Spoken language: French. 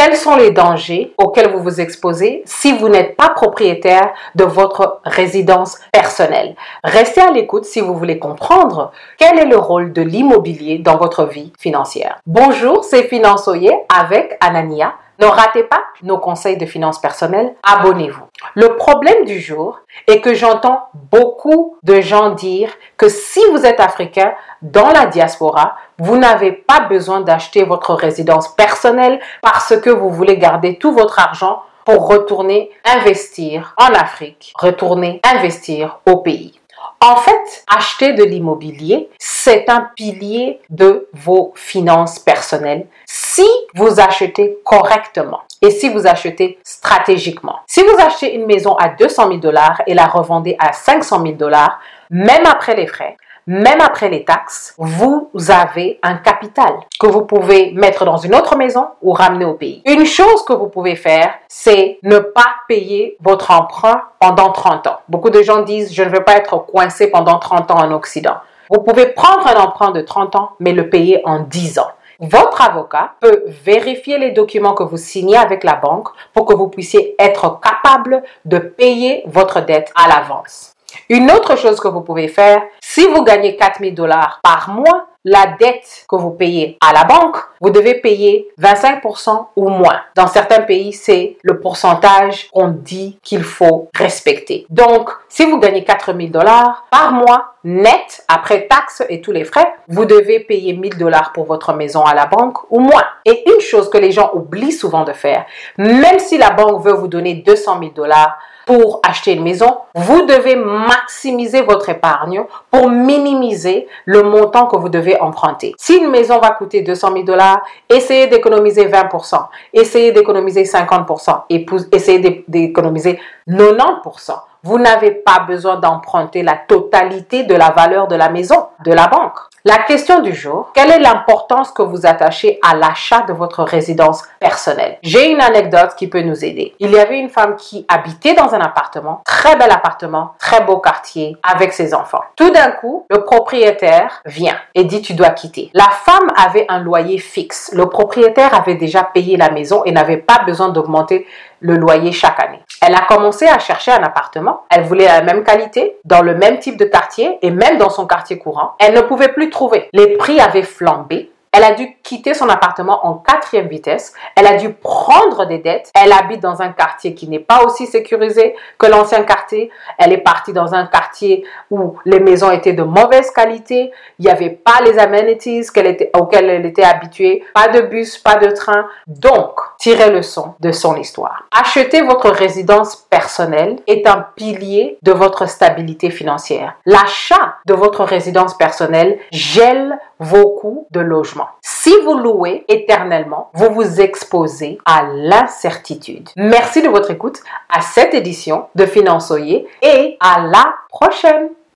Quels sont les dangers auxquels vous vous exposez si vous n'êtes pas propriétaire de votre résidence personnelle? Restez à l'écoute si vous voulez comprendre quel est le rôle de l'immobilier dans votre vie financière. Bonjour, c'est Finançoyer avec Anania. Ne ratez pas nos conseils de finances personnelles, abonnez-vous. Le problème du jour est que j'entends beaucoup de gens dire que si vous êtes africain dans la diaspora, vous n'avez pas besoin d'acheter votre résidence personnelle parce que vous voulez garder tout votre argent pour retourner investir en Afrique, retourner investir au pays. En fait, acheter de l'immobilier, c'est un pilier de vos finances personnelles si vous achetez correctement et si vous achetez stratégiquement. Si vous achetez une maison à 200 000 $ et la revendez à 500 000 $, même après les frais, même après les taxes, vous avez un capital que vous pouvez mettre dans une autre maison ou ramener au pays. Une chose que vous pouvez faire, c'est ne pas payer votre emprunt pendant 30 ans. Beaucoup de gens disent « je ne veux pas être coincé pendant 30 ans en Occident ». Vous pouvez prendre un emprunt de 30 ans, mais le payer en 10 ans. Votre avocat peut vérifier les documents que vous signez avec la banque pour que vous puissiez être capable de payer votre dette à l'avance. Une autre chose que vous pouvez faire, si vous gagnez 4 000 $ par mois, la dette que vous payez à la banque, vous devez payer 25% ou moins. Dans certains pays, c'est le pourcentage qu'on dit qu'il faut respecter. Donc, si vous gagnez 4 000 $ par mois, net, après taxes et tous les frais, vous devez payer 1 000 $ pour votre maison à la banque ou moins. Et une chose que les gens oublient souvent de faire, même si la banque veut vous donner 200 000 $ pour acheter une maison, vous devez maximiser votre épargne pour minimiser le montant que vous devez emprunter. Si une maison va coûter 200 000 $, essayez d'économiser 20%, essayez d'économiser 50%, et essayez d'économiser 90%. Vous n'avez pas besoin d'emprunter la totalité de la valeur de la maison, de la banque. La question du jour, quelle est l'importance que vous attachez à l'achat de votre résidence personnelle? J'ai une anecdote qui peut nous aider. Il y avait une femme qui habitait dans un appartement, très bel appartement, très beau quartier, avec ses enfants. Tout d'un coup, le propriétaire vient et dit « tu dois quitter ». La femme avait un loyer fixe. Le propriétaire avait déjà payé la maison et n'avait pas besoin d'augmenter le loyer chaque année. Elle a commencé à chercher un appartement. Elle voulait la même qualité, dans le même type de quartier et même dans son quartier courant. Elle ne pouvait plus trouver. Les prix avaient flambé. Elle a dû quitter son appartement en 4e vitesse. Elle a dû prendre des dettes. Elle habite dans un quartier qui n'est pas aussi sécurisé que l'ancien quartier. Elle est partie dans un quartier où les maisons étaient de mauvaise qualité. Il n'y avait pas les amenities auxquelles elle était habituée. Pas de bus, pas de train. Donc, tirez leçon de son histoire. Acheter votre résidence personnelle est un pilier de votre stabilité financière. L'achat de votre résidence personnelle gèle vos coûts de logement. Si vous louez éternellement, vous vous exposez à l'incertitude. Merci de votre écoute à cette édition de Finançoyer et à la prochaine.